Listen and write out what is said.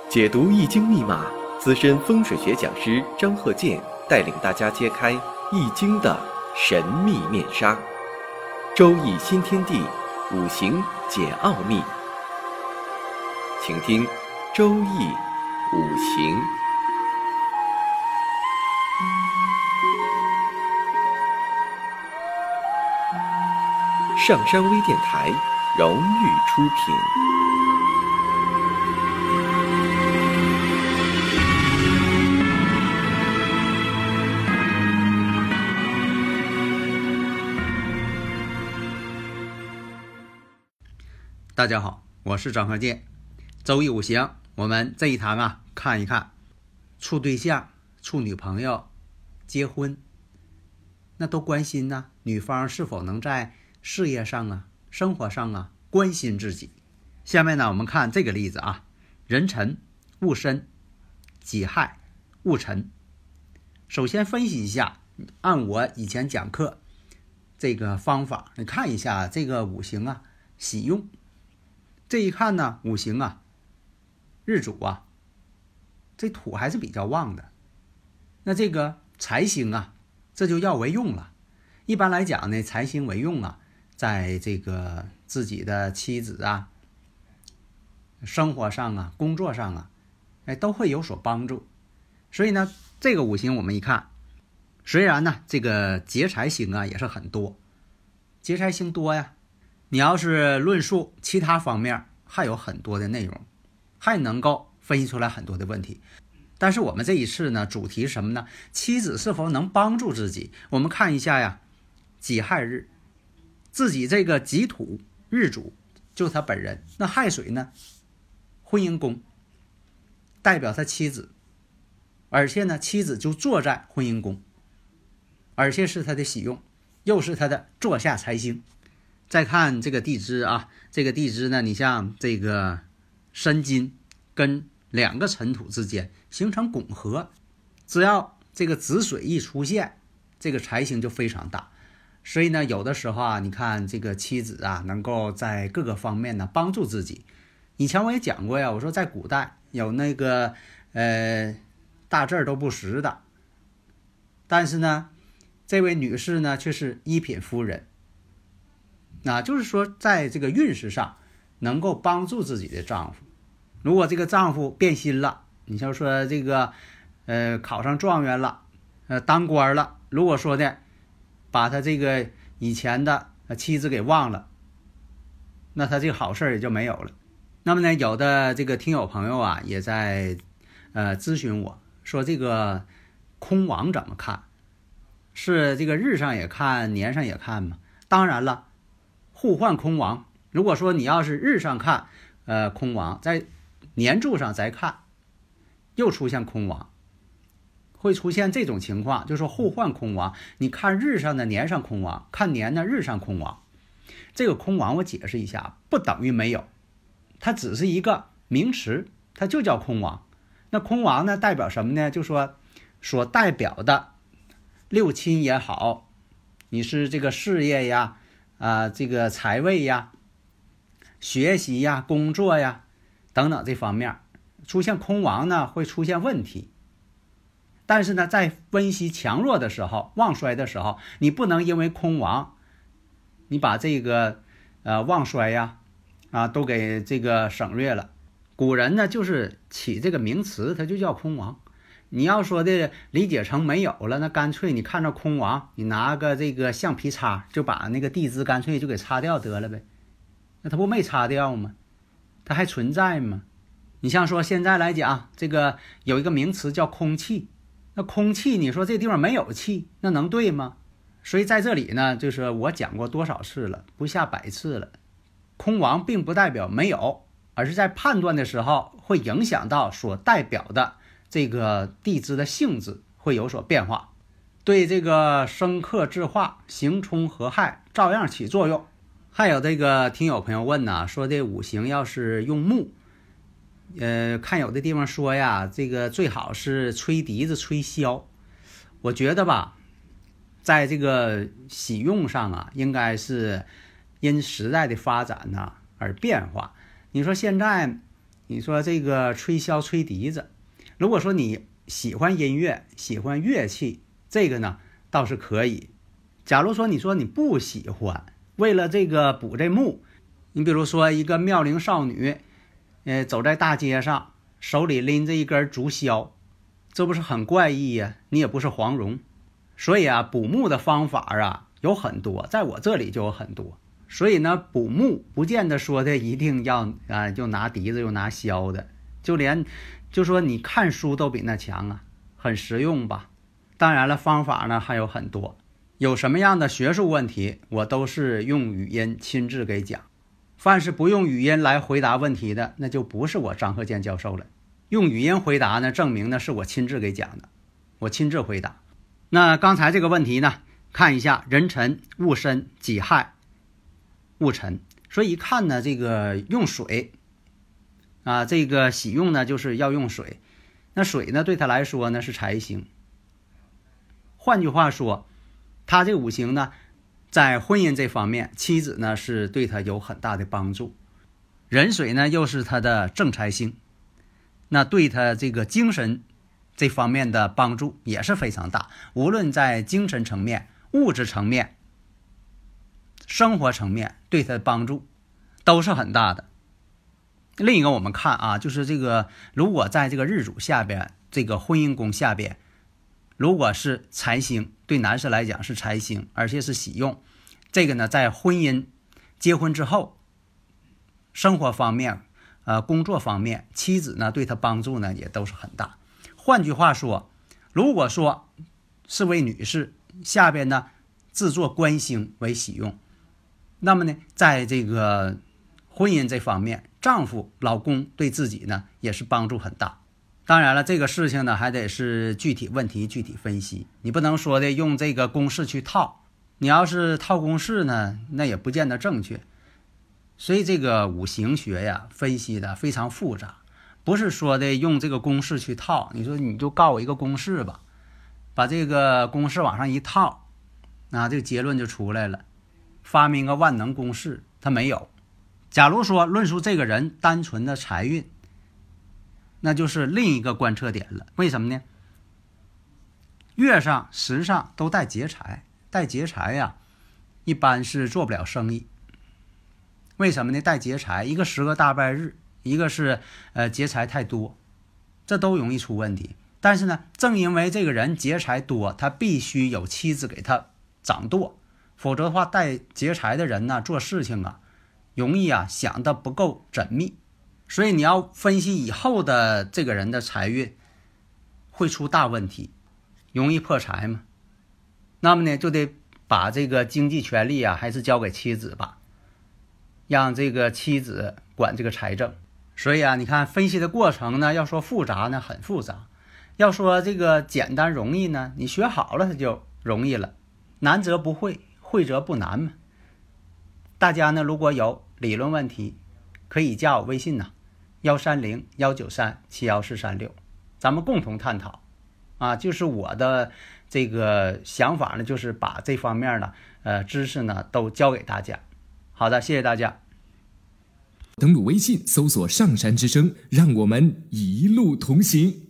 解读易经密码，资深风水学讲师张鹤剑带领大家揭开易经的神秘面纱。周易新天地，五行解奥秘。请听周易五行。上山微电台荣誉出品。 大家好，我是张鹤剑。周易五行，我们这一堂看一看处对象、处女朋友、结婚，那都关心女方是否能在事业上生活上关心自己。下面我们看这个例子壬辰、戊申、己亥、戊辰。首先分析一下，按我以前讲课这个方法，你看一下这个五行喜用。这一看五行日主这土还是比较旺的，那这个财星这就要为用了。一般来讲呢，财星为用在这个自己的妻子生活上工作上都会有所帮助。所以呢，这个五行我们一看，虽然这个劫财星也是很多，劫财星多你要是论述其他方面，还有很多的内容，还能够分析出来很多的问题。但是我们这一次呢，主题是什么呢？妻子是否能帮助自己？我们看一下己亥日，自己这个己土日主就他本人，那亥水呢，婚姻宫代表他妻子，而且呢，妻子就坐在婚姻宫，而且是他的喜用，又是他的坐下财星。再看这个地支这个地支呢，你像这个申金跟两个辰土之间形成拱合，只要这个子水一出现，这个财星就非常大。所以呢，有的时候你看这个妻子能够在各个方面帮助自己。以前我也讲过我说在古代有那个大字都不识的，但是呢，这位女士呢却是一品夫人。就是说在这个运势上能够帮助自己的丈夫。如果这个丈夫变心了，你像说这个考上状元了，当官了，如果说呢把他这个以前的妻子给忘了，那他这个好事也就没有了。那么呢，有的这个听友朋友也在咨询我说，这个空亡怎么看？是这个日上也看，年上也看吗？当然了，互换空亡。如果说你要是日上看空亡，在年柱上再看又出现空亡，会出现这种情况，就是说互换空亡。你看日上的年上空亡，看年的日上空亡。这个空亡我解释一下，不等于没有，它只是一个名词，它就叫空亡。那空亡呢代表什么呢？就说所代表的六亲也好，你是这个事业这个财位学习工作等等这方面出现空亡呢，会出现问题。但是呢，在分析强弱的时候，旺衰的时候，你不能因为空亡，你把这个旺衰都给这个省略了。古人呢就是起这个名词，它就叫空亡。你要说的理解成没有了，那干脆你看着空亡，你拿个这个橡皮擦就把那个地支干脆就给擦掉得了呗。那它不没擦掉吗？它还存在吗？你像说现在来讲，这个有一个名词叫空气，那空气你说这地方没有气，那能对吗？所以在这里呢，就是我讲过多少次了，不下100次了，空亡并不代表没有，而是在判断的时候会影响到所代表的这个地支的性质会有所变化，对这个生克制化、刑冲合害照样起作用。还有这个听友朋友问说这五行要是用木，看有的地方说这个最好是吹笛子吹箫。我觉得在这个喜用上应该是因时代的发展而变化。你说现在你说这个吹箫吹笛子，如果说你喜欢音乐喜欢乐器，这个呢倒是可以。假如说你说你不喜欢，为了这个补这目，你比如说一个妙龄少女走在大街上，手里拎着一根竹箫，这不是很怪异呀？你也不是黄蓉。所以啊，补目的方法啊有很多，在我这里就有很多。所以呢，补目不见得说的一定要就拿笛子又拿箫的，就说你看书都比那强啊，很实用吧。当然了，方法呢还有很多，有什么样的学术问题，我都是用语音亲自给讲。凡是不用语音来回答问题的，那就不是我张鹤健教授了。用语音回答呢，证明呢是我亲自给讲的，我亲自回答。那刚才这个问题呢，看一下壬辰、戊申、己亥、戊辰，所以一看呢，这个用水啊，这个喜用呢就是要用水。那水呢对他来说呢是财星。换句话说，他这个五行呢，在婚姻这方面，妻子呢是对他有很大的帮助。壬水呢又是他的正财星，那对他这个精神这方面的帮助也是非常大，无论在精神层面、物质层面、生活层面，对他的帮助都是很大的。另一个我们看啊，就是这个如果在这个日主下边，这个婚姻宫下边，如果是财星，对男士来讲是财星，而且是喜用，这个呢在婚姻结婚之后，生活方面工作方面，妻子呢对他帮助呢也都是很大。换句话说，如果说是位女士，下边呢自作官星为喜用，那么呢在这个婚姻这方面，丈夫老公对自己呢也是帮助很大。当然了，这个事情呢还得是具体问题具体分析，你不能说的用这个公式去套，你要是套公式呢，那也不见得正确。所以这个五行学呀分析的非常复杂，不是说的用这个公式去套，你说你就告我一个公式吧，把这个公式往上一套，这个结论就出来了。发明个万能公式，它没有。假如说论述这个人单纯的财运，那就是另一个观测点了。为什么呢？月上时上都带劫财，带劫财呀一般是做不了生意。为什么呢？带劫财，一个10个大败日，一个是劫财太多，这都容易出问题。但是呢，正因为这个人劫财多，他必须有妻子给他掌舵，否则的话带劫财的人呢做事情容易想得不够缜密。所以你要分析以后的这个人的财运会出大问题，容易破财嘛。那么呢就得把这个经济权利还是交给妻子吧，让这个妻子管这个财政。所以你看分析的过程呢，要说复杂呢很复杂，要说这个简单容易呢，你学好了它就容易了，难则不会，会则不难嘛。大家呢如果有理论问题，可以加我微信130-193-71436，咱们共同探讨就是我的这个想法呢，就是把这方面的知识呢都教给大家。好的，谢谢大家。 登录微信搜索上山之声，让我们一路同行。